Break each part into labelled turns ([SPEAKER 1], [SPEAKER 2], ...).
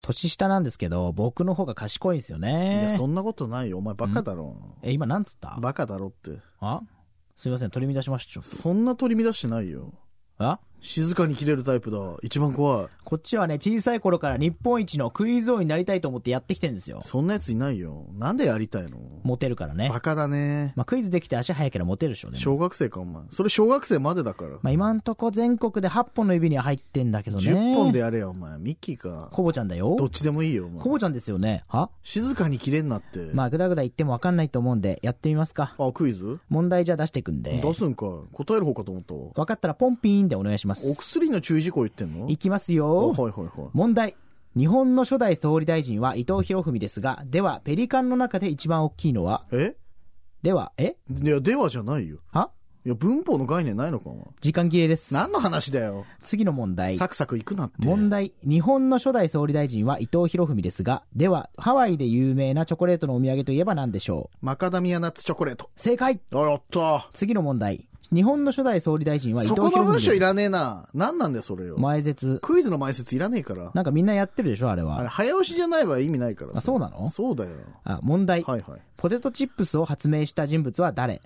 [SPEAKER 1] 年下なんですけど、僕の方が賢いんですよね。
[SPEAKER 2] いや、そんなことないよ。お前バカだろ。
[SPEAKER 1] 今なんつった？
[SPEAKER 2] バカだろって。
[SPEAKER 1] すいません、取り乱しました、ちょっと。
[SPEAKER 2] そんな取り乱してないよ。静かに切れるタイプだ。一番怖い。
[SPEAKER 1] こっちはね、小さい頃から日本一のクイズ王になりたいと思ってやってきてるんですよ。
[SPEAKER 2] そんなやついないよ。なんでやりたいの？
[SPEAKER 1] モテるからね。
[SPEAKER 2] バカだね。
[SPEAKER 1] クイズできて足早いからモテるでしょ。
[SPEAKER 2] 小学生かお前。それ小学生までだから。
[SPEAKER 1] 今んとこ全国で8本の指には入ってんだけどね。
[SPEAKER 2] 10本でやれよお前。ミッキーか。
[SPEAKER 1] コボちゃんだよ。
[SPEAKER 2] どっちでもいいよお前。
[SPEAKER 1] コボちゃんですよね。
[SPEAKER 2] 静かに切れんなって。
[SPEAKER 1] ぐだぐだ言っても分かんないと思うんでやってみますか。
[SPEAKER 2] クイズ？
[SPEAKER 1] 問題じゃ出していくんで。
[SPEAKER 2] 出すんか。答える方かと思ったわ。
[SPEAKER 1] 分かったらポンピーンでお願いします。
[SPEAKER 2] お薬の注意事項言ってんの？
[SPEAKER 1] いきますよ。問題。日本の初代総理大臣は伊藤博文ですが、ではペリカンの中で一番大きいのは？では、い
[SPEAKER 2] や、ではじゃないよ。いや、文法の概念ないのかお前。
[SPEAKER 1] 時間切れです。
[SPEAKER 2] 何の話だよ。
[SPEAKER 1] 次の問題。
[SPEAKER 2] サクサクいくなって。
[SPEAKER 1] 問題。日本の初代総理大臣は伊藤博文ですが、ではハワイで有名なチョコレートのお土産といえば何でしょう？
[SPEAKER 2] マカダミアナッツチョコレート。
[SPEAKER 1] 正解。
[SPEAKER 2] やった。
[SPEAKER 1] 次の問題。日本の初代総理大臣は伊藤博文。
[SPEAKER 2] そこの文章いらねえな。何なんだよそれよ。
[SPEAKER 1] 前説。
[SPEAKER 2] クイズの前説いらねえから。
[SPEAKER 1] なんかみんなやってるでしょあれは。
[SPEAKER 2] あれ早押しじゃないわ意味ないから。
[SPEAKER 1] そうなの？
[SPEAKER 2] そうだよ。
[SPEAKER 1] 問題。ポテトチップスを発明した人物は誰？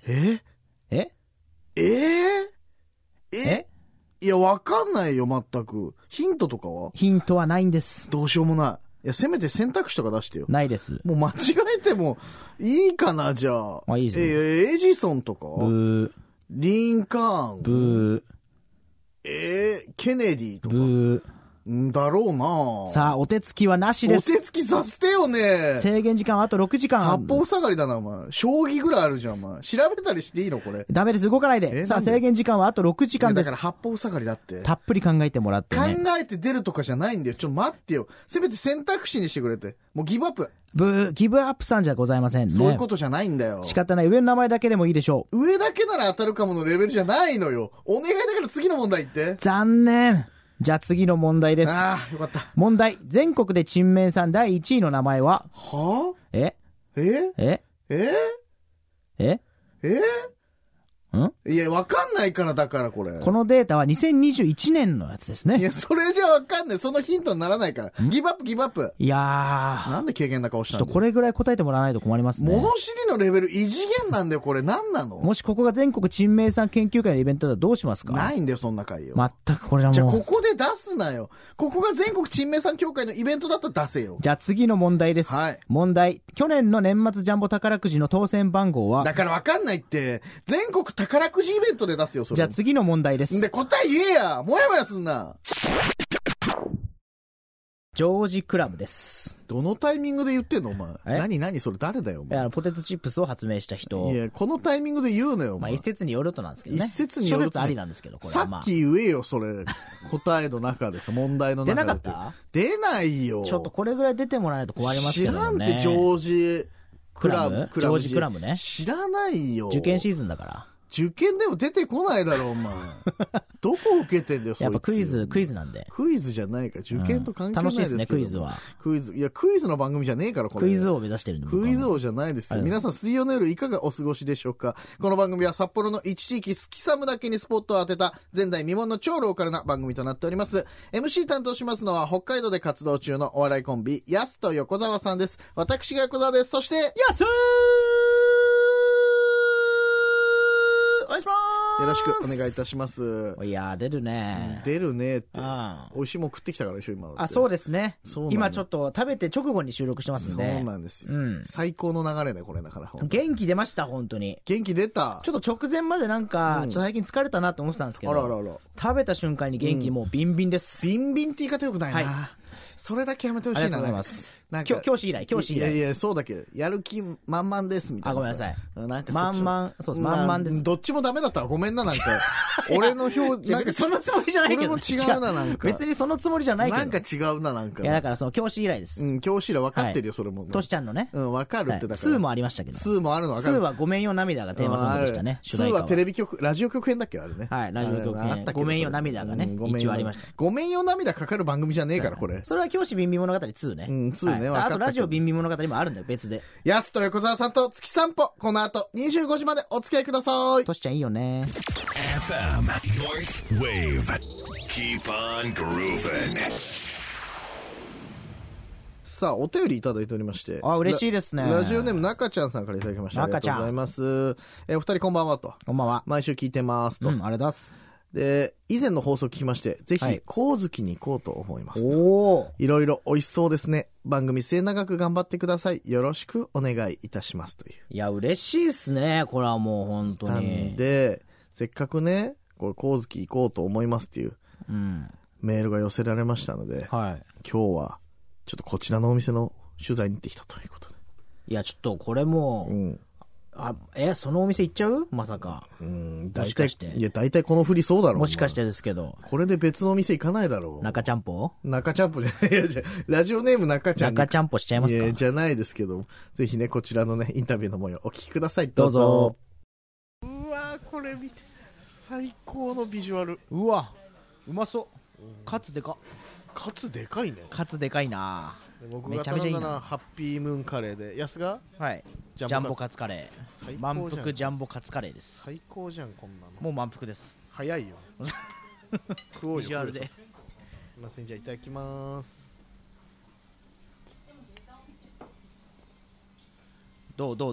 [SPEAKER 2] いや、わかんないよ、全く。ヒントとかは？
[SPEAKER 1] ヒントはないんです。
[SPEAKER 2] どうしようもない。いや、せめて選択肢とか出してよ。
[SPEAKER 1] ないです。
[SPEAKER 2] もう間違えてもいいかな、じゃあ。
[SPEAKER 1] いいぞ。
[SPEAKER 2] エジソンとか？
[SPEAKER 1] ブー。
[SPEAKER 2] リンカーン。
[SPEAKER 1] ブ
[SPEAKER 2] ー。ケネディとか。
[SPEAKER 1] ブー。
[SPEAKER 2] だろうな。
[SPEAKER 1] さあ、お手つきはなしです。
[SPEAKER 2] お手つきさせてよね。
[SPEAKER 1] 制限時間はあと6時間。
[SPEAKER 2] 八方塞がりだな、お前。将棋ぐらいあるじゃん、お前。調べたりしていいのこれ。
[SPEAKER 1] ダメです、動かないで。さあ、制限時間はあと6時間です。
[SPEAKER 2] だから八方塞がりだって。
[SPEAKER 1] たっぷり考えてもらってね。
[SPEAKER 2] 考えて出るとかじゃないんだよ。ちょっと待ってよ。せめて選択肢にしてくれて。もうギブアップ。
[SPEAKER 1] ギブアップさんじゃございませんね。
[SPEAKER 2] そういうことじゃないんだよ。
[SPEAKER 1] 仕方ない。上の名前だけでもいいでしょ
[SPEAKER 2] う。上だけなら当たるかものレベルじゃないのよ。お願いだから次の問題言って。
[SPEAKER 1] 残念。じゃあ次の問題です。
[SPEAKER 2] よかった。
[SPEAKER 1] 問題。全国で珍名さん第1位の名前は？
[SPEAKER 2] いや、わかんないから、だからこれ。
[SPEAKER 1] このデータは2021年のやつですね。
[SPEAKER 2] いや、それじゃわかんない。そのヒントにならないから。ギブアップ、ギブアップ。
[SPEAKER 1] いやー。
[SPEAKER 2] なんで軽減な顔したんだよ。
[SPEAKER 1] ちょっとこれぐらい答えてもらわないと困りますね。
[SPEAKER 2] 物知りのレベル異次元なんだよ、これ。何なの？
[SPEAKER 1] もしここが全国珍名さん研究会のイベントだとどうしますか？
[SPEAKER 2] ないんだよ、そんな会よ。
[SPEAKER 1] 全くこれはもう。
[SPEAKER 2] じゃあ、ここで出すなよ。ここが全国珍名さん協会のイベントだったら出せよ。
[SPEAKER 1] じゃあ次の問題です。問題。去年の年末ジャンボ宝くじの当選番号は？
[SPEAKER 2] だからわかんないって。全国宝くじイベントで出すよ、それ。
[SPEAKER 1] じゃあ次の問題です。
[SPEAKER 2] で、答え言えや。もやもやすんな。
[SPEAKER 1] ジョージ・クラムです。
[SPEAKER 2] どのタイミングで言ってんのお前。何それ誰だよお前。
[SPEAKER 1] ポテトチップスを発明した人。
[SPEAKER 2] いや、このタイミングで言うなよお前。
[SPEAKER 1] 一説によるとなんですけどね。
[SPEAKER 2] 一説によると。
[SPEAKER 1] 諸説ありなんですけど、これは
[SPEAKER 2] さっき言えよ、それ。答えの中でさ、問題の中で。
[SPEAKER 1] 出なかった？
[SPEAKER 2] 出ないよ。
[SPEAKER 1] ちょっとこれぐらい出てもらわないと困りますけどね。
[SPEAKER 2] 知らんってジョージ・クラム。
[SPEAKER 1] ジョージ・クラムね。
[SPEAKER 2] 知らないよ。
[SPEAKER 1] 受験シーズンだから。
[SPEAKER 2] 受験でも出てこないだろ、お前。どこ受けてんだよ、そいつ。
[SPEAKER 1] やっぱクイズなんで。
[SPEAKER 2] クイズじゃないから、受験と関係ないですけど、
[SPEAKER 1] 楽しいですね、クイズは。
[SPEAKER 2] いや、クイズの番組じゃねえから、これ。
[SPEAKER 1] クイズ王を目指してるんで。
[SPEAKER 2] クイズ王じゃないですよ。皆さん、水曜の夜いかがお過ごしでしょうか？この番組は札幌の一地域、スキサムだけにスポットを当てた、前代未聞の超ローカルな番組となっております。MC 担当しますのは、北海道で活動中のお笑いコンビ、ヤスと横澤さんです。私が横澤です。そして、
[SPEAKER 1] ヤスーお願いします。
[SPEAKER 2] よろしくお願いいたします。
[SPEAKER 1] いやー、出るね。
[SPEAKER 2] 出るねって。美味しいもん食ってきたからでしょ、今。
[SPEAKER 1] そうですね。今ちょっと食べて直後に収録してますんで。
[SPEAKER 2] そうなんですよ。最高の流れね、これだから。
[SPEAKER 1] 元気出ました、本当に。
[SPEAKER 2] 元気出た。
[SPEAKER 1] ちょっと直前までなんか、ちょっと最近疲れたなと思ってたんですけど、食べた瞬間に元気もうビンビンです。
[SPEAKER 2] ビンビンって言い方よくないな。それだけやめてほしいな。
[SPEAKER 1] ありがとうございます。教師以来。
[SPEAKER 2] いや、そうだけど、やる気満々です、みたいな。
[SPEAKER 1] ごめんなさい。
[SPEAKER 2] なんか
[SPEAKER 1] 満々です。
[SPEAKER 2] どっちもダメだったらごめんな、なんか。俺の表、
[SPEAKER 1] なんかそのつもりじゃないけど。
[SPEAKER 2] それも違うな、なんか。
[SPEAKER 1] 別にそのつもりじゃないけど。
[SPEAKER 2] なんか違うな、なんか。
[SPEAKER 1] いや、だからその教師以来です。
[SPEAKER 2] 教師以来分かってるよ、それも。
[SPEAKER 1] トシちゃんのね。
[SPEAKER 2] 分かるってだから。
[SPEAKER 1] 2もありましたけど。
[SPEAKER 2] 2もあるの分かる。
[SPEAKER 1] 2はごめんよ涙がテーマソングでしたね。
[SPEAKER 2] 2はテレビ局、ラジオ局編だっけ、あれね。
[SPEAKER 1] はい、ラジオ局編。ごめんよ涙がね、一応ありました。
[SPEAKER 2] ごめんよ涙かかる番組じゃねえから、これ。
[SPEAKER 1] それは教師ビンビン物語2ね。
[SPEAKER 2] 2ね、
[SPEAKER 1] あとラジオビンビン物語もあるんだよ、別で。
[SPEAKER 2] ヤスと横澤さんと月散歩、この後25時までお付き合いください。
[SPEAKER 1] トシちゃんいいよね。
[SPEAKER 3] FM North Wave. Keep on grooving.
[SPEAKER 2] さあ、お便りいただいておりまして。
[SPEAKER 1] あ、嬉しいですね。
[SPEAKER 2] ラジオネーム中ちゃんさんからいただきました。ありがとうございます。お二人こんばんはと。
[SPEAKER 1] こんばんは。
[SPEAKER 2] 毎週聞いてますと。
[SPEAKER 1] ありがとうございます。
[SPEAKER 2] で、以前の放送を聞きまして、ぜひ、光月に行こうと思いますと。
[SPEAKER 1] おー。
[SPEAKER 2] いろいろ美味しそうですね。番組末永く頑張ってください。よろしくお願いいたしますという。
[SPEAKER 1] いや、嬉しいですね。これはもう本当に。
[SPEAKER 2] なんで、せっかくね、これ光月行こうと思いますっていう、メールが寄せられましたので、今日は、ちょっとこちらのお店の取材に行ってきたということで。
[SPEAKER 1] いや、ちょっとこれもう、そのお店行っちゃうまさか。
[SPEAKER 2] 大体、いや、大体この振りそうだろう。
[SPEAKER 1] もしかしてですけど。
[SPEAKER 2] これで別のお店行かないだろう。
[SPEAKER 1] 中ちゃんぽ
[SPEAKER 2] 中ちゃんぽじゃない。いや、じゃラジオネーム中ちゃん。
[SPEAKER 1] 中ちゃんぽしちゃいますか？
[SPEAKER 2] いや、じゃないですけど、ぜひね、こちらのね、インタビューの模様お聞きください。どうぞ。うわこれ見て。最高のビジュアル。
[SPEAKER 1] うわ、うまそう。カツでか。
[SPEAKER 2] カツでかいね。
[SPEAKER 1] カツでかいな。
[SPEAKER 2] 僕が頼んだのはハッピームーンカレーで、安が
[SPEAKER 1] ジャンボカツカレー。満腹ジャンボカツカレーです。
[SPEAKER 2] 最高じゃん、こんなの。
[SPEAKER 1] もう満腹です。
[SPEAKER 2] 早いよ。食おうよ。
[SPEAKER 1] ビジュアルで。
[SPEAKER 2] すいません、じゃあいただきます。
[SPEAKER 1] どう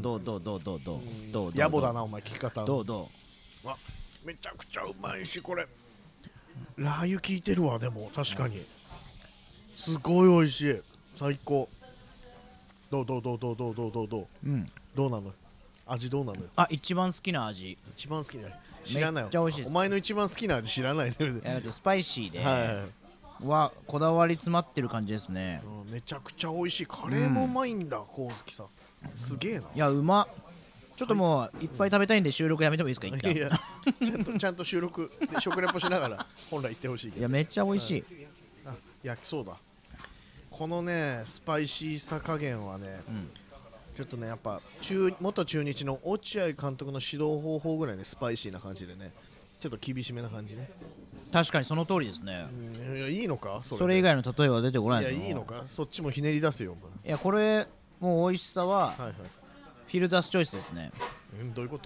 [SPEAKER 2] 野暮だなお前聞き方。
[SPEAKER 1] どう
[SPEAKER 2] めちゃくちゃうまいし、これラー油効いてるわ。でも確かにすごい美味しい。最高。どうどうなの味。どうなのよ。
[SPEAKER 1] 一番好きな味。
[SPEAKER 2] 一番好きな知らない。
[SPEAKER 1] めっちゃ美味しいです。
[SPEAKER 2] お前の一番好きな味知らないで。
[SPEAKER 1] スパイシーで、こだわり詰まってる感じですね。
[SPEAKER 2] めちゃくちゃ美味しい。カレーもうまいんだ、光月さん。すげえな。
[SPEAKER 1] いや、うまっ。ちょっともういっぱい食べたいんで収録やめてもいいですか？一旦。
[SPEAKER 2] いやちゃんと収録食レポしながら本来行ってほしいけど。
[SPEAKER 1] いや、めっちゃ美味しい。
[SPEAKER 2] 焼きそうだ。このねスパイシーさ加減はね、ちょっとねやっぱ元中日の落合監督の指導方法ぐらいねスパイシーな感じでね、ちょっと厳しめな感じね。
[SPEAKER 1] 確かにその通りですね。
[SPEAKER 2] いや、いいのか
[SPEAKER 1] それ以外の例えは出てこないの？
[SPEAKER 2] いや、いいのか、そっちもひねり出すよ。
[SPEAKER 1] いや、これもう美味しさはフィルダースチョイスですね。
[SPEAKER 2] どういうこと？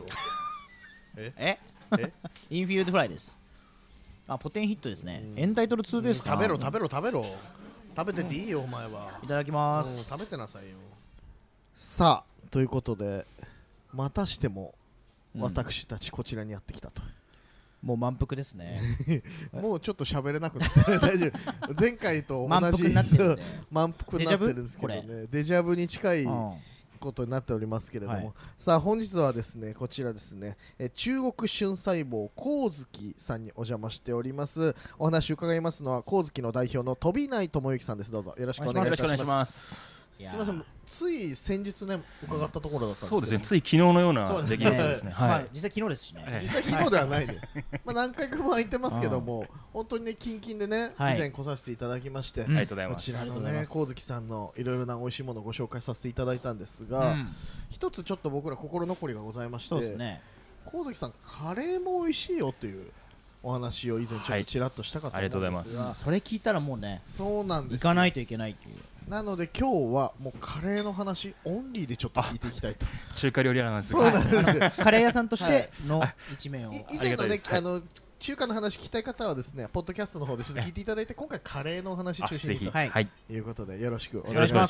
[SPEAKER 1] インフィールドフライです。ポテンヒットですね。エンタイトル2ベースかな。
[SPEAKER 2] 食べてていいよお前は。
[SPEAKER 1] いただきます。
[SPEAKER 2] 食べてなさいよ。さあ、ということでまたしても私たちこちらにやってきたと。
[SPEAKER 1] もう満腹ですね。
[SPEAKER 2] もうちょっと喋れなくなって大丈夫。前回と同じ
[SPEAKER 1] 満腹になってるんで。
[SPEAKER 2] 満腹になってるんですけどね。デジャブに近いことになっておりますけれども、さあ本日はですね、こちらですね、中国春細胞光月さんにお邪魔しております。お話を伺いますのは光月の代表の飛内智之さんです。どうぞよろしくお願いいたします。すみません、つい先日ね伺ったところだったんですけど、
[SPEAKER 4] そうですね、つい昨日のような出来事ですね。
[SPEAKER 1] 実際昨日ですしね。
[SPEAKER 2] 実際昨日ではないね。何回かも空いてますけども、本当にね近々でね以前来させていただきまして、
[SPEAKER 4] ありがとうございま
[SPEAKER 2] こち
[SPEAKER 4] す。
[SPEAKER 2] らのね光月さんのいろいろな美味しいものをご紹介させていただいたんですが、一つちょっと僕ら心残りがございまして、光月さんカレーも美味しいよっていうお話を以前ちょっとちらっとしたかったんですが、
[SPEAKER 4] ありがとうございます。
[SPEAKER 1] それ聞いたらもうね、
[SPEAKER 2] そうなんです。
[SPEAKER 1] 行かないといけないっていう。
[SPEAKER 2] なので今日はもうカレーの話オンリーでちょっと聞いていきたいと。
[SPEAKER 4] 中華料理屋なんです
[SPEAKER 2] そうなんですよ。
[SPEAKER 1] カレー屋さんとしての一面を。
[SPEAKER 2] 以前のね中華の話聞きたい方はですね、ポッドキャストの方でちょっと聞いていただいて、今回カレーのお話中心にということでよろしくお願いします。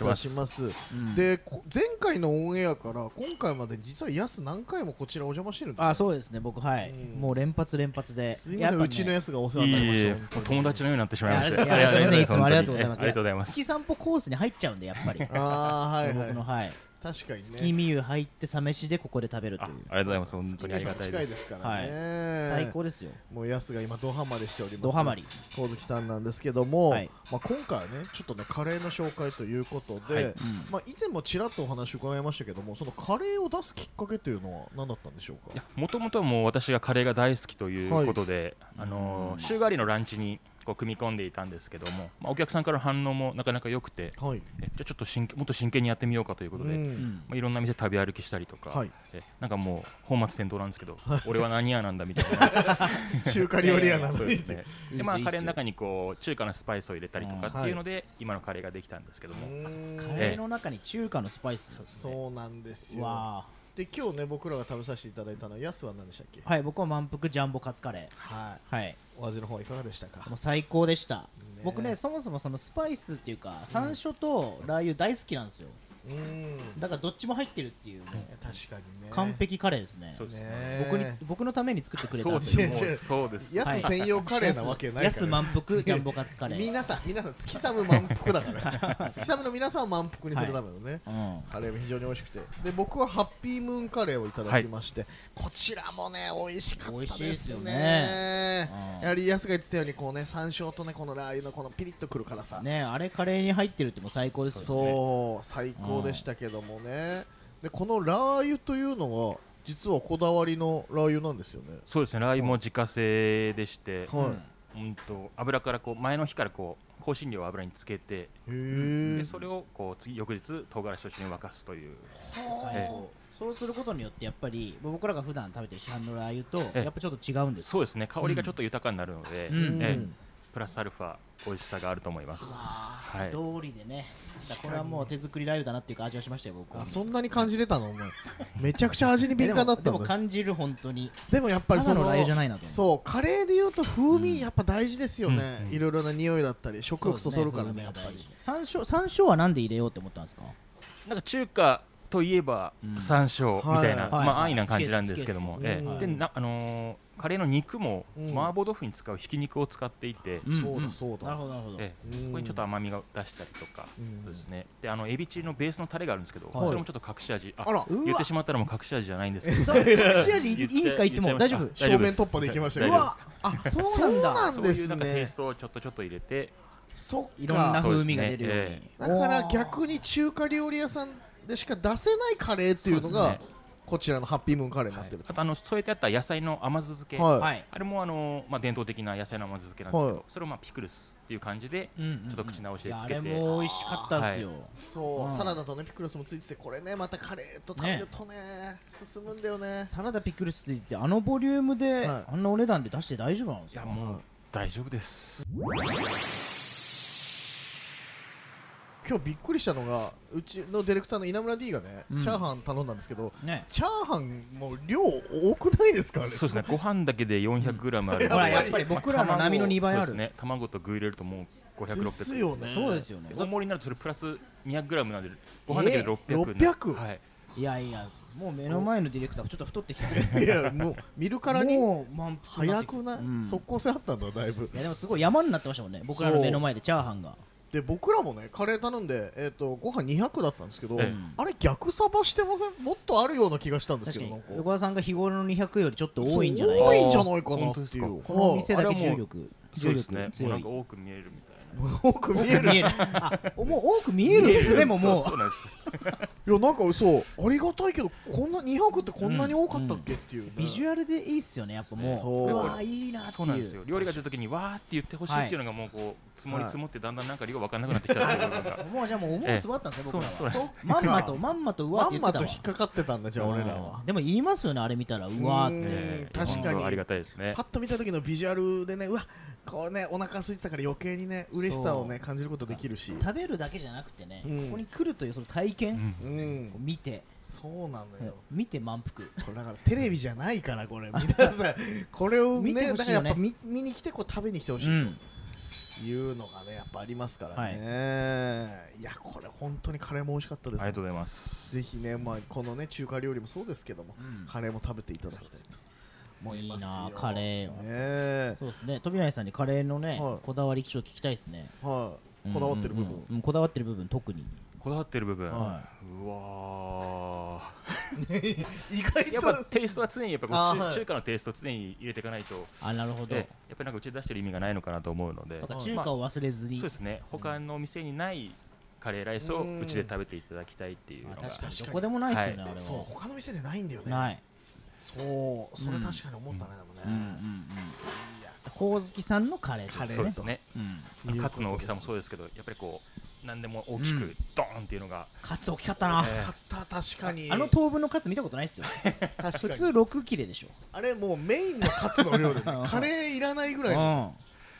[SPEAKER 2] で、前回のオンエアから今回まで実は安何回もこちらお邪魔してるんです。
[SPEAKER 1] そうですね、僕もう連発で。
[SPEAKER 2] すみません、うちの安がお世話になりました。
[SPEAKER 4] 友達のようになってしまいました。
[SPEAKER 1] いつもありがとうございます。
[SPEAKER 4] ありがとうございます。
[SPEAKER 1] 月散歩コースに入っちゃうんでやっぱり。僕の
[SPEAKER 2] 確かにね。
[SPEAKER 1] 月見湯入ってサ飯でここで食べるという。
[SPEAKER 4] ありがとうございます。本当にありがたいです。
[SPEAKER 2] 近いですからね。
[SPEAKER 1] 最高ですよ。
[SPEAKER 2] もう安が今ドハマりしております。
[SPEAKER 1] ドハマり。
[SPEAKER 2] 光月さんなんですけども、今回はねちょっとねカレーの紹介ということで、以前もちらっとお話伺いましたけども、そのカレーを出すきっかけというのは何だったんでしょうか。
[SPEAKER 4] もともとはもう私がカレーが大好きということで、週替わりのランチに組み込んでいたんですけども、お客さんから反応もなかなか良くて、じゃあちょっともっと真剣にやってみようかということで、いろんな店食べ歩きしたりとか、なんかもう本末転倒なんですけど、俺は何屋なんだみたいな
[SPEAKER 2] 中華料理屋なのに。
[SPEAKER 4] でカレーの中に中華のスパイスを入れたりとかっていうので今のカレーができたんですけども、
[SPEAKER 1] カレーの中に中華のスパイス。
[SPEAKER 2] そうなんですよ。 で今日ね僕らが食べさせていただいたのはヤスは何でしたっけ？
[SPEAKER 1] はい、僕は満腹ジャンボカツカレ
[SPEAKER 2] は
[SPEAKER 1] ー。はい。
[SPEAKER 2] い。お味の方いかがでしたか？
[SPEAKER 1] もう最高でした。僕ね、そもそもそのスパイスっていうか山椒とラー油大好きなんですよ。だからどっちも入ってるっていうね、
[SPEAKER 2] 確かにね
[SPEAKER 1] 完璧カレーですね。
[SPEAKER 4] そうですね。
[SPEAKER 1] 僕のために作ってくれた
[SPEAKER 4] そうです。
[SPEAKER 2] ヤス専用カレーなわけないから。
[SPEAKER 1] ヤス満腹ジャンボカツカレー。
[SPEAKER 2] 皆さん月寒満腹だから月寒の皆さんを満腹にするためのね、カレーも非常に美味しくて、で僕はハッピームーンカレーをいただきまして、こちらもね美味しかったですね。やはりヤスが言ってたようにこうね山椒とねこのラー油のこのピリッとくる辛さ
[SPEAKER 1] ね、あれカレーに入ってるっても最高ですよね。
[SPEAKER 2] そう最高でしたけどもね。でこのラー油というのは実はこだわりのラー油なんですよね。
[SPEAKER 4] そうですね、ラー油も自家製でして、油からこう前の日からこう香辛料を油につけて、でそれをこう翌日唐辛子と一緒に沸かすという。
[SPEAKER 1] そうすることによってやっぱり僕らが普段食べてる市販のラー油とやっぱちょっと違うんです。
[SPEAKER 4] そうですね、香りがちょっと豊かになるので、プラスアルファ美味しさがあると思います。
[SPEAKER 1] 通りでね、これはもう手作りラー油だなっていうか味はしましたよ僕は。
[SPEAKER 2] そんなに感じれたの？お前めちゃくちゃ味に敏感だったんだ。
[SPEAKER 1] でも感じる本当に。
[SPEAKER 2] でもやっぱりその
[SPEAKER 1] ラー油じゃないなと。
[SPEAKER 2] そうカレーでいうと風味やっぱ大事ですよね。いろいろな匂いだったり食欲そそるからね。やっぱり
[SPEAKER 1] 山椒はなんで入れようって思ったんですか？
[SPEAKER 4] なんか中華といえば山椒みたいな、安易な感じなんですけども、でカレーの肉も麻婆豆腐に使うひき肉を使っていて、
[SPEAKER 2] そうだ
[SPEAKER 1] なるほどなるほど。
[SPEAKER 4] そこにちょっと甘みが出したりとか、そうですね。でエビチリのベースのタレがあるんですけど、それもちょっと隠し味。言ってしまったらもう隠し味じゃないんですけど。
[SPEAKER 1] 隠し味いいですか？言っても大丈夫？
[SPEAKER 2] 正面突破でいきましたよ。
[SPEAKER 1] そうなんだ。
[SPEAKER 2] ですね。
[SPEAKER 4] そういうテイストをちょっと入れて、
[SPEAKER 1] いろんな風味が出るように。
[SPEAKER 2] だから逆に中華料理屋さんでしか出せないカレーっていうのがこちらのハッピームーンカレーになってる。
[SPEAKER 4] あと添えてあった野菜の甘酢漬け、あれも伝統的な野菜の甘酢漬けなんですけど、それをピクルスっていう感じでちょっと口直しでつけて、
[SPEAKER 1] あれも美味しかったですよ。
[SPEAKER 2] そうサラダとねピクルスもついてて、これねまたカレーと食べるとね進むんだよね。
[SPEAKER 1] サラダピクルスって言ってボリュームであんなお値段で出して大丈夫なんですか？
[SPEAKER 4] いやもう大丈夫です。
[SPEAKER 2] 今日びっくりしたのがうちのディレクターの稲村 D がね、チャーハン頼んだんですけど、チャーハンも量多くないですか？
[SPEAKER 4] そうですね、ご飯だけで 400g あるので、
[SPEAKER 1] やっぱり僕らの波の2倍ある。
[SPEAKER 4] 卵と具入れるともう500、600
[SPEAKER 2] ですよね。
[SPEAKER 1] そうですよね。
[SPEAKER 4] 大盛りになるとそれプラス 200g なんでご飯だけで600。
[SPEAKER 2] 600？
[SPEAKER 1] いやもう目の前のディレクターちょっと太ってきた。
[SPEAKER 2] いやもう見るからに
[SPEAKER 1] もう満腹
[SPEAKER 2] 早くない？即効性あったんだだいぶ。
[SPEAKER 1] いやでもすごい山になってましたもんね、僕らの目の前でチャーハンが。
[SPEAKER 2] で僕らもねカレー頼んで、ご飯200だったんですけど、あれ逆サバしてません？もっとあるような気がしたんですけど、
[SPEAKER 1] 横田さんが日頃の200よりちょっと多いんじゃない
[SPEAKER 2] か、多いんじゃないかなっていう。
[SPEAKER 1] この店だけ重力
[SPEAKER 4] 強いですね。なんか多く見えるみたいな。
[SPEAKER 2] 多く見える。
[SPEAKER 1] もう多く見えるですね。もう
[SPEAKER 4] そうなんです。
[SPEAKER 2] いやなんかそうありがたいけど、こんな200ってこんなに多かったっけっていう、
[SPEAKER 1] ビジュアルでいいっすよね。やっぱもううわいいなっていう。
[SPEAKER 4] そうなんですよ。料理が出るときにわーって言ってほしいっていうのがもうこう積もってだんだんなんか量が分かんなくなってきちゃった。
[SPEAKER 1] もうじゃあもう思うつぼあったんですね僕らは。まんまとうわって言ってたわ。
[SPEAKER 2] まんまと引っかかってたんだじゃあ俺らは。
[SPEAKER 1] でも言いますよねあれ見たら、うわーって。
[SPEAKER 2] 確かに
[SPEAKER 4] ありがたいですね。
[SPEAKER 2] パッと見た時のビジュアルでね、うわこうねお腹空いてたから余計にね嬉しさをね感じることできるし、
[SPEAKER 1] 食べるだけじゃなくてね、ここに来るというその体験、見て、
[SPEAKER 2] そうなのよ、
[SPEAKER 1] 見て満腹。
[SPEAKER 2] これだからテレビじゃないからこれ皆さんこれをねだからやっぱ見に来てこう食べに来てほしいというのがねやっぱありますからね。いやこれ本当にカレーも美味しかったです。
[SPEAKER 4] ありがとうございます。
[SPEAKER 2] ぜひねこのね中華料理もそうですけども、カレーも食べていただきたいと。
[SPEAKER 1] もういいなカレ
[SPEAKER 2] ー。
[SPEAKER 1] そうですね。飛内さんにカレーのねこだわりちょっと聞きたいですね。
[SPEAKER 2] こだわってる部分。
[SPEAKER 1] こだわってる部分特に。
[SPEAKER 4] こだわってる部分。うわ
[SPEAKER 2] 意外と
[SPEAKER 4] やっぱテイストは常にやっぱ中華のテイストを常に入れていかないと。
[SPEAKER 1] なるほど。
[SPEAKER 4] やっぱりなんかうちで出してる意味がないのかなと思うので。
[SPEAKER 1] 中華を忘れずに。
[SPEAKER 4] そうですね。他の店にないカレーライスをうちで食べていただきたいっていうのが。
[SPEAKER 1] 確かにどこでもないですよねあれは。
[SPEAKER 2] そう他の店でないんだよね。
[SPEAKER 1] ない。
[SPEAKER 2] そうそれ確かに思ったねでもね。
[SPEAKER 1] ほおずきさんのカレー
[SPEAKER 4] ですね。そうですね。カツの大きさもそうですけど、やっぱりこう何でも大きくドーンっていうのが。
[SPEAKER 1] カツ大きかったな。
[SPEAKER 2] 確かに。
[SPEAKER 1] 等分のカツ見たことないですよ。普通6切れでしょ。
[SPEAKER 2] あれもうメインのカツの量でカレーいらないぐらいの。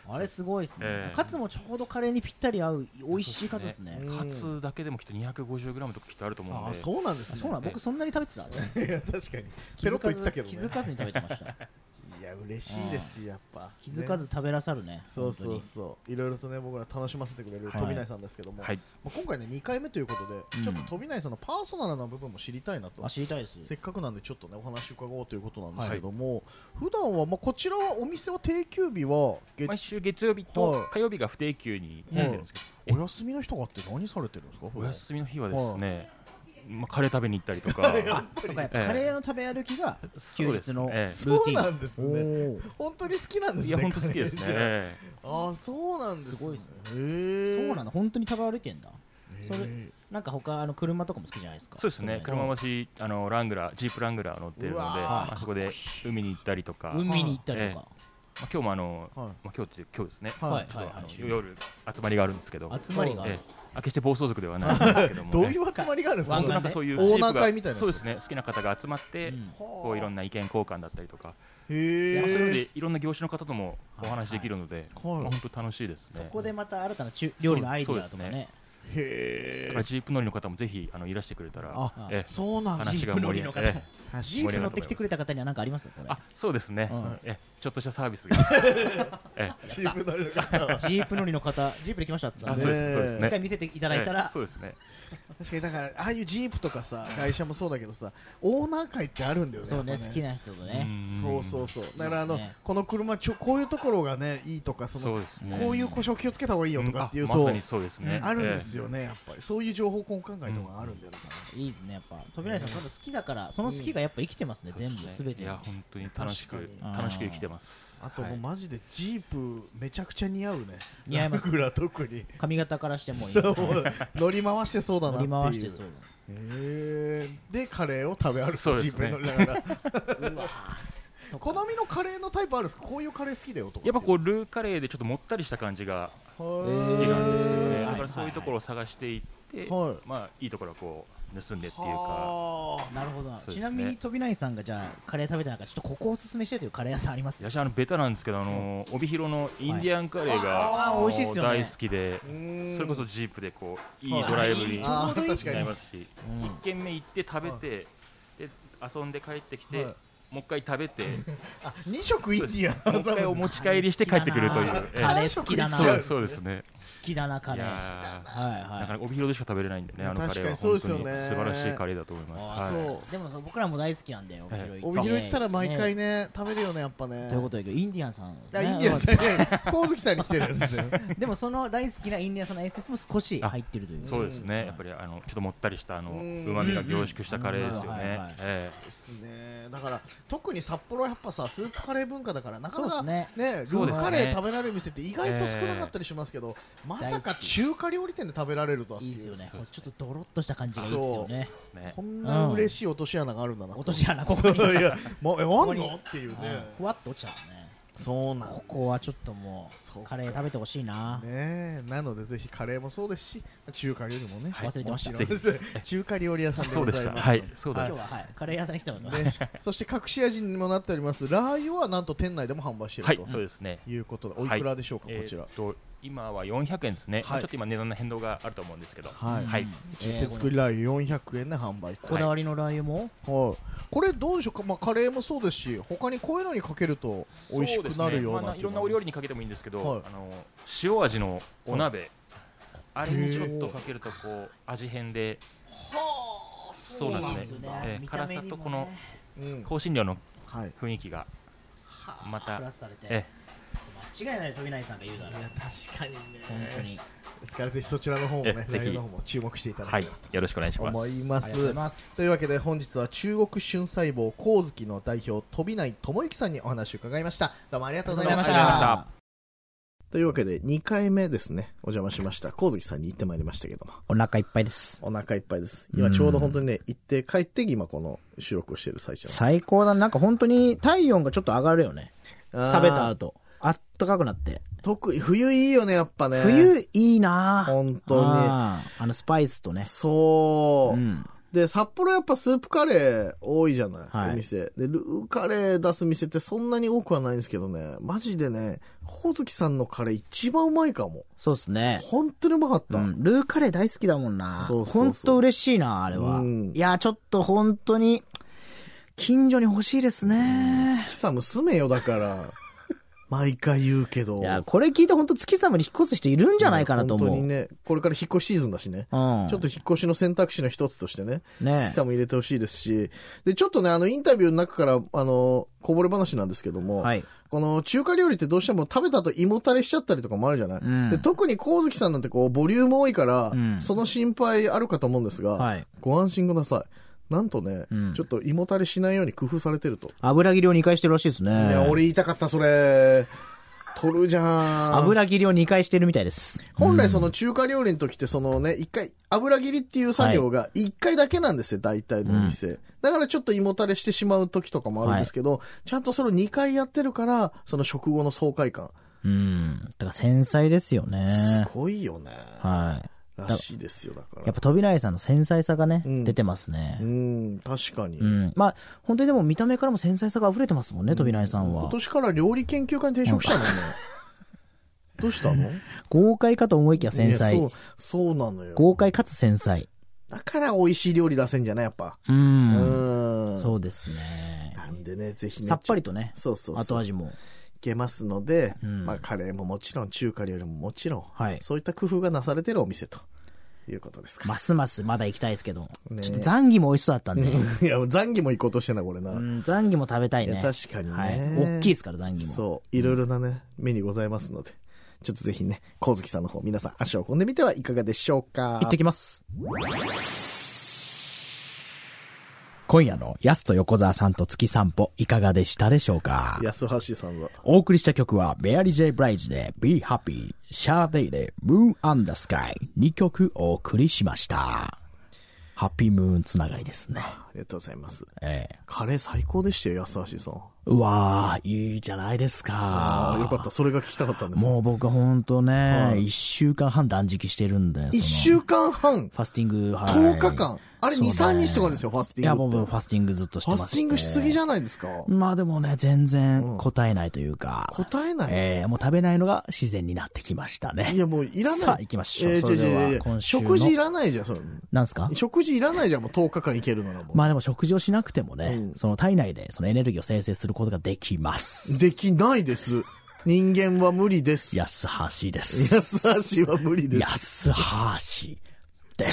[SPEAKER 1] あれすごいですね。カツもちょうどカレーにぴったり合う美味しいカツですね。
[SPEAKER 4] カツだけでもきっと 250g とかきっとあると思うんで。
[SPEAKER 2] あ、そうなんですね。
[SPEAKER 1] そうなん、僕そんなに食べてた
[SPEAKER 2] いや確かにペロッと言ってたけどね。
[SPEAKER 1] 気づかずに食べてました。
[SPEAKER 2] いや嬉しいですやっぱ
[SPEAKER 1] 気づかず食べらさるね。
[SPEAKER 2] そうそうそう、いろいろとね僕ら楽しませてくれる飛内さんですけども、まあ今回ね2回目ということでちょっと飛内さんのパーソナルな部分も知りたいなと。
[SPEAKER 1] 知りたいです。
[SPEAKER 2] せっかくなんでちょっとねお話伺おうということなんですけども、普段はまあこちらはお店は定休日は
[SPEAKER 4] 毎週月曜日と火曜日が不定休になってるんですけど、
[SPEAKER 2] お休みの日とかって何されてるんですか？
[SPEAKER 4] お休みの日はですね、カレー食べに行ったりとか
[SPEAKER 1] そうか、やっぱカレーの食べ歩きが休日のルーティン。
[SPEAKER 2] そうなんですね。本当に好きなんですね。
[SPEAKER 4] いや本当好きですね。
[SPEAKER 2] ああそうなんです。
[SPEAKER 1] すごいですね。そうなんだ、本当に食べ歩いてんだ。それなんか他車とかも好きじゃないですか。
[SPEAKER 4] そうですね。車もしラングラー、ジープラングラー乗ってるので、あそこで海に行ったりとか。
[SPEAKER 1] 海に行ったりとか。
[SPEAKER 4] 今日も今日ですね。夜集まりがあるんですけど。
[SPEAKER 1] 集まりがある。
[SPEAKER 4] 決して暴走族ではないんですけども。
[SPEAKER 2] どういう集まりがあるんですか？
[SPEAKER 4] なんかそういう
[SPEAKER 2] オーナー会みたいな。
[SPEAKER 4] そうですね。好きな方が集まってこういろんな意見交換だったりとか。そう
[SPEAKER 2] へ
[SPEAKER 4] いうのでいろんな業種の方ともお話できるので、本当楽しいですね。
[SPEAKER 1] そこでまた新たな料理のアイデアとかね。
[SPEAKER 2] へ
[SPEAKER 4] え。ジープ乗りの方もぜひいらしてくれたら、
[SPEAKER 2] そうなんです。
[SPEAKER 1] ジープ乗りの方もジープ乗ってきてくれた方には何かあります？
[SPEAKER 4] そうですね。ちょっとしたサービスが。
[SPEAKER 2] ジープ乗りの方、
[SPEAKER 1] ジープ乗りの方、ジープで来ましたって言ったんで、
[SPEAKER 4] そうですね。
[SPEAKER 1] 一回見せていただいたら、
[SPEAKER 4] そうですね。
[SPEAKER 2] 確かにだからああいうジープとかさ、会社もそうだけどさ、オーナー会ってあるんだよね。
[SPEAKER 1] そうね、好きな人とね。
[SPEAKER 2] そうだからこの車こういうところがねいいとか、こういう故障気をつけた方がいいよとかっていう、
[SPEAKER 4] まさにそうですね。
[SPEAKER 2] あるんですよね。やっぱりそういう情報交換会とかあるんだよね。
[SPEAKER 1] いいですね。やっぱ飛内さんその好きだから、その好きがやっぱ生きてますね。全部すべて。
[SPEAKER 4] いや本当に楽しく生きてます。
[SPEAKER 2] あともうマジでジープめちゃくちゃ似合うね。
[SPEAKER 1] 似合います。
[SPEAKER 2] 特に
[SPEAKER 1] 髪型からしてもいい。
[SPEAKER 2] 乗り回してそうだなっていう。
[SPEAKER 1] 乗り回してそうだ。
[SPEAKER 2] でカレーを食べ歩くジープに乗りながら。好みのカレーのタイプあるんですか？こういうカレー好きだよとか。
[SPEAKER 4] やっぱこうルーカレーでちょっともったりした感じが好きなんですよね。だからそういうところを探していって、まあいいところはこう盗んでっていうか。
[SPEAKER 1] なるほど。ちなみに飛内さんがじゃあカレー食べた中、ちょっとここをおすすめしてというカレー屋さんあります？
[SPEAKER 4] 私ベタなんですけど、帯広のインディアンカレーが大好きで、それこそジープでこういいドライブになりますし、1軒目行って食べて、で遊んで帰ってきて。もう一回食べて
[SPEAKER 2] 2食インディアン
[SPEAKER 4] もう一回お持ち帰りして帰ってくるという。
[SPEAKER 1] カレー好きだな。
[SPEAKER 4] そうですね。
[SPEAKER 1] 好きだなカレー。
[SPEAKER 4] なかなか帯広でしか食べれないんでね、カレーは本当に素晴らしいカレーだと思います。
[SPEAKER 1] でも僕らも大好きなんで
[SPEAKER 2] 帯広行ったら毎回ね食べるよねやっぱね。
[SPEAKER 1] ということでインディアンさん、
[SPEAKER 2] インディアンさん光月さんに来てるんですよ。
[SPEAKER 1] でもその大好きなインディアンさんのエッセンスも少し入ってるという。
[SPEAKER 4] そうですね。やっぱりちょっともったりした旨味が凝縮したカレーですよね。
[SPEAKER 2] ですね。だから特に札幌はやっぱさスープカレー文化だからなかなか
[SPEAKER 1] ね
[SPEAKER 2] ルーカレー食べられる店って意外と少なかったりしますけど、まさか中華料理店で食べられるとはっていう。
[SPEAKER 1] いいですよね。ちょっとドロッとした感じがいいですよね。
[SPEAKER 2] こんな嬉しい落とし穴があるんだな。
[SPEAKER 1] 落とし穴ここに。
[SPEAKER 2] いやもうあんのっていうね。
[SPEAKER 1] ふわっと落ちたのね。
[SPEAKER 2] そうなんです。
[SPEAKER 1] ここはちょっともうカレー食べてほしいな。
[SPEAKER 2] ね、なのでぜひカレーもそうですし中華料理もね、
[SPEAKER 1] 忘れてました。
[SPEAKER 2] 中華料理屋さんでございます。
[SPEAKER 4] はい、そう
[SPEAKER 1] です。今日はカレー屋さんに来たの
[SPEAKER 2] で、そして隠し味にもなっておりますラー油はなんと店内でも販売していると。
[SPEAKER 4] そうですね。
[SPEAKER 2] いうことでおいくらでしょうかこちら。
[SPEAKER 4] 今は400円ですね。ちょっと今値段の変動があると思うんですけど。
[SPEAKER 2] 手作りラー油400円で販売。
[SPEAKER 1] こだわりのラー油も。
[SPEAKER 2] これどうでしょうか。まあカレーもそうですし、他にこういうのにかけると美味しくなるような。
[SPEAKER 4] いろんなお料理にかけてもいいんですけど、塩味のお鍋、あれにちょっとかけるとこう味変で。そうなんですね。辛さとこの香辛料の雰囲気がまた。
[SPEAKER 1] プラスされて。間違いない飛内さんが言うだろう。
[SPEAKER 2] 確かにね。
[SPEAKER 1] 本当に。
[SPEAKER 2] ですからぜひそちらの方もね、ライブの方も注目していただければ
[SPEAKER 4] よろしくお願いします。
[SPEAKER 2] 思います。というわけで本日は中国春細胞光月の代表飛内智之さんにお話を伺いました。どうもありがとうございました。というわけで2回目ですねお邪魔しました光月さんに行ってまいりましたけども、
[SPEAKER 1] お腹いっぱいです。
[SPEAKER 2] お腹いっぱいです。今ちょうど本当にね行って帰って今この収録をしている最中。
[SPEAKER 1] 最高だ。なんか本当に体温がちょっと上がるよね。食べた後あったかくなって。
[SPEAKER 2] 特に冬いいよねやっぱね。
[SPEAKER 1] 冬いいな
[SPEAKER 2] 本当に
[SPEAKER 1] スパイスとね。
[SPEAKER 2] そう、 で、札幌やっぱスープカレー多いじゃない、
[SPEAKER 1] はい、
[SPEAKER 2] お店。で、ルーカレー出す店ってそんなに多くはないんですけどね、マジでね、ほおずきさんのカレー一番うまいかも。
[SPEAKER 1] そうですね。
[SPEAKER 2] 本当にうまかった。
[SPEAKER 1] ルーカレー大好きだもんな。
[SPEAKER 2] そうそうそう。
[SPEAKER 1] 本当嬉しいな、あれは。いや、ちょっと本当に、近所に欲しいですね。
[SPEAKER 2] 月さ住めよだから。毎回言うけど。
[SPEAKER 1] いや、これ聞いて本当月様に引っ越す人いるんじゃないかなと思う。
[SPEAKER 2] 本当にね、これから引っ越しシーズンだしね。ちょっと引っ越しの選択肢の一つとしてね。月様入れてほしいですし。で、ちょっとね、インタビューの中から、こぼれ話なんですけども、はい、この中華料理ってどうしても食べた後胃もたれしちゃったりとかもあるじゃない、で特に光月さんなんてこう、ボリューム多いから、その心配あるかと思うんですが、はい、ご安心ください。なんとね、ちょっと胃もたれしないように工夫されてると。
[SPEAKER 1] 油切りを2回してるらしいですね。
[SPEAKER 2] いや、俺言いたかった、それ。取るじゃん。
[SPEAKER 1] 油切りを2回してるみたいです。
[SPEAKER 2] 本来その中華料理の時ってそのね、1回、油切りっていう作業が1回だけなんですよ、大体のお店。だからちょっと胃もたれしてしまう時とかもあるんですけど、ちゃんとそれを2回やってるから、その食後の爽快感。
[SPEAKER 1] だから繊細ですよね。
[SPEAKER 2] すごいよね。
[SPEAKER 1] はい。
[SPEAKER 2] らしいですよ、だから。
[SPEAKER 1] やっぱ飛内さんの繊細さがね、出てますね。
[SPEAKER 2] 確かに。
[SPEAKER 1] まあ、本当にでも見た目からも繊細さが溢れてますもんね、飛内さんは。
[SPEAKER 2] 今年から料理研究家に転職したもんね。どうしたの？
[SPEAKER 1] 豪快かと思いきや繊細。
[SPEAKER 2] そうなのよ。
[SPEAKER 1] 豪快かつ繊細。
[SPEAKER 2] だから美味しい料理出せんじゃないやっぱ。
[SPEAKER 1] そうですね。
[SPEAKER 2] なんでね、ぜひね。
[SPEAKER 1] さっぱりとね。
[SPEAKER 2] そう。
[SPEAKER 1] 後味も。
[SPEAKER 2] いけますので、まあカレーももちろん、中華料理ももちろん、そういった工夫がなされてるお店ということですか。
[SPEAKER 1] ますますまだ行きたいですけど。ちょっとザンギも美味しそうだったんで。
[SPEAKER 2] いや、ザンギも行こうとしてんな、これな。
[SPEAKER 1] ザンギも食べたいね。
[SPEAKER 2] 確かにね。
[SPEAKER 1] はい。大きいですから、ザンギも。
[SPEAKER 2] そう。いろいろなね、メニューございますので。ちょっとぜひね、光月さんの方、皆さん足を運んでみてはいかがでしょうか。
[SPEAKER 1] 行ってきます。今夜のヤスと横澤さんと月散歩いかがでしたでしょうか。
[SPEAKER 2] 安橋さんは
[SPEAKER 1] お送りした曲はメアリー・ジェイ・ブライジで Be Happy、シャーデイで Moon and the Sky 2曲お送りしました。ハッピームーンつながりですね。
[SPEAKER 2] ありがとうございます。カレー最高でしたよ、安橋さん。
[SPEAKER 1] うわー、いいじゃないですか。
[SPEAKER 2] よかった。それが聞きたかったんです。
[SPEAKER 1] もう僕ほんとね、1週間半断食してるんで。
[SPEAKER 2] 1週間半
[SPEAKER 1] ファスティング、
[SPEAKER 2] 10日間あれ2、3日とかですよ、ファスティング。
[SPEAKER 1] いや、もうファスティングずっとしてまして。
[SPEAKER 2] ファスティングしすぎじゃないですか。
[SPEAKER 1] まあでもね、全然答えないというか。
[SPEAKER 2] 答えない？
[SPEAKER 1] もう食べないのが自然になってきましたね。
[SPEAKER 2] いや、もういらない。
[SPEAKER 1] さあ行きましょう。それでは今週の
[SPEAKER 2] 食事いらないじゃん、それ。
[SPEAKER 1] なんすか？
[SPEAKER 2] 食事いらないじゃん、もう10日間いけるならもう。
[SPEAKER 1] まあでも食事をしなくてもね、その体内でそのエネルギーを生成することができます。
[SPEAKER 2] できないです。人間は無理です。
[SPEAKER 1] 安橋です。
[SPEAKER 2] 安橋は無理です。
[SPEAKER 1] 安橋です。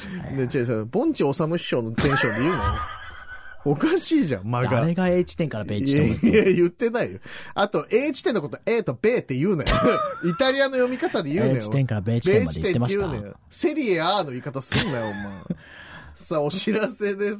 [SPEAKER 2] ボンチオサム師匠のテンションで言うのおかしいじゃん、間が。
[SPEAKER 1] 誰が A 地点から B 地点
[SPEAKER 2] いや、言ってないよ。あと、A 地点のこと A と B って言うなよ。イタリアの読み方で言うなよ。
[SPEAKER 1] A 地点から B 地点まで言ってました。言うなよ。
[SPEAKER 2] セリエ A の言い方すんなよ、お前。さあ、お知らせです。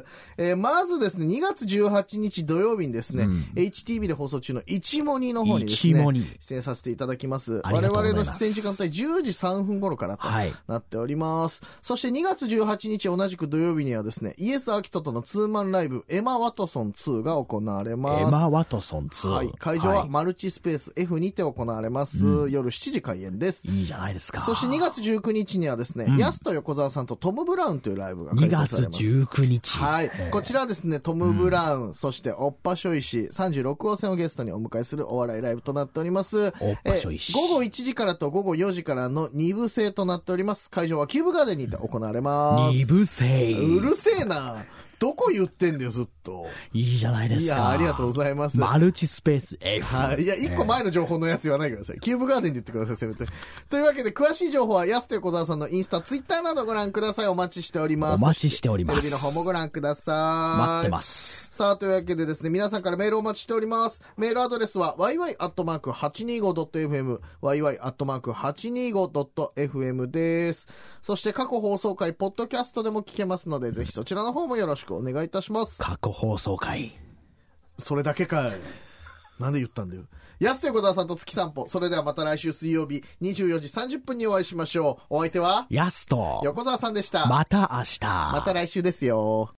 [SPEAKER 2] まずですね、2月18日土曜日にですね、HTV で放送中の一モニの方にですね、出演させていただきます。我々の出演時間帯10時3分頃からとなっております。そして2月18日同じく土曜日にはですね、イエス・アキトとのツーマンライブ、エマ・ワトソン2が行われます。
[SPEAKER 1] エマ・ワトソン2。
[SPEAKER 2] はい。会場はマルチスペース F にて行われます。夜7時開演です。
[SPEAKER 1] いいじゃないですか。
[SPEAKER 2] そして2月19日にはですね、ヤスと横澤さんとトム・ブラウンというライブが開催されます。
[SPEAKER 1] 2月19日。
[SPEAKER 2] はい。こちらはですね、トム・ブラウン、そしてオッパショイシ36号線をゲストにお迎えするお笑いライブとなっております。
[SPEAKER 1] オッパショイシ。
[SPEAKER 2] 午後1時からと午後4時からの2部制となっております。会場はキューブガーデンにて行われます。
[SPEAKER 1] 2部制。
[SPEAKER 2] うるせえな。どこ言ってんだよ、ずっと。
[SPEAKER 1] いいじゃないですか。
[SPEAKER 2] いや、ありがとうございます。
[SPEAKER 1] マルチスペース F。
[SPEAKER 2] はい。いや、1個前の情報のやつ言わないでください。キューブガーデンで言ってください、せめて。というわけで、詳しい情報は、安手小沢さんのインスタ、ツイッターなどご覧ください。お待ちしております。
[SPEAKER 1] お待ちしております。
[SPEAKER 2] テレビの方もご覧ください。
[SPEAKER 1] 待ってます。
[SPEAKER 2] さあ、というわけでですね、皆さんからメールをお待ちしております。メールアドレスは、yy@825.fm、yy@825.fm です。そして過去放送回、ポッドキャストでも聞けますので、ぜひそちらの方もよろしくお願いいたします。
[SPEAKER 1] 過去放送回。
[SPEAKER 2] それだけかい。なんで言ったんだよ。安手小沢さんと月散歩。それではまた来週水曜日24時30分にお会いしましょう。お相手は
[SPEAKER 1] 安と
[SPEAKER 2] 横澤さんでした。
[SPEAKER 1] また明日。
[SPEAKER 2] また来週ですよ。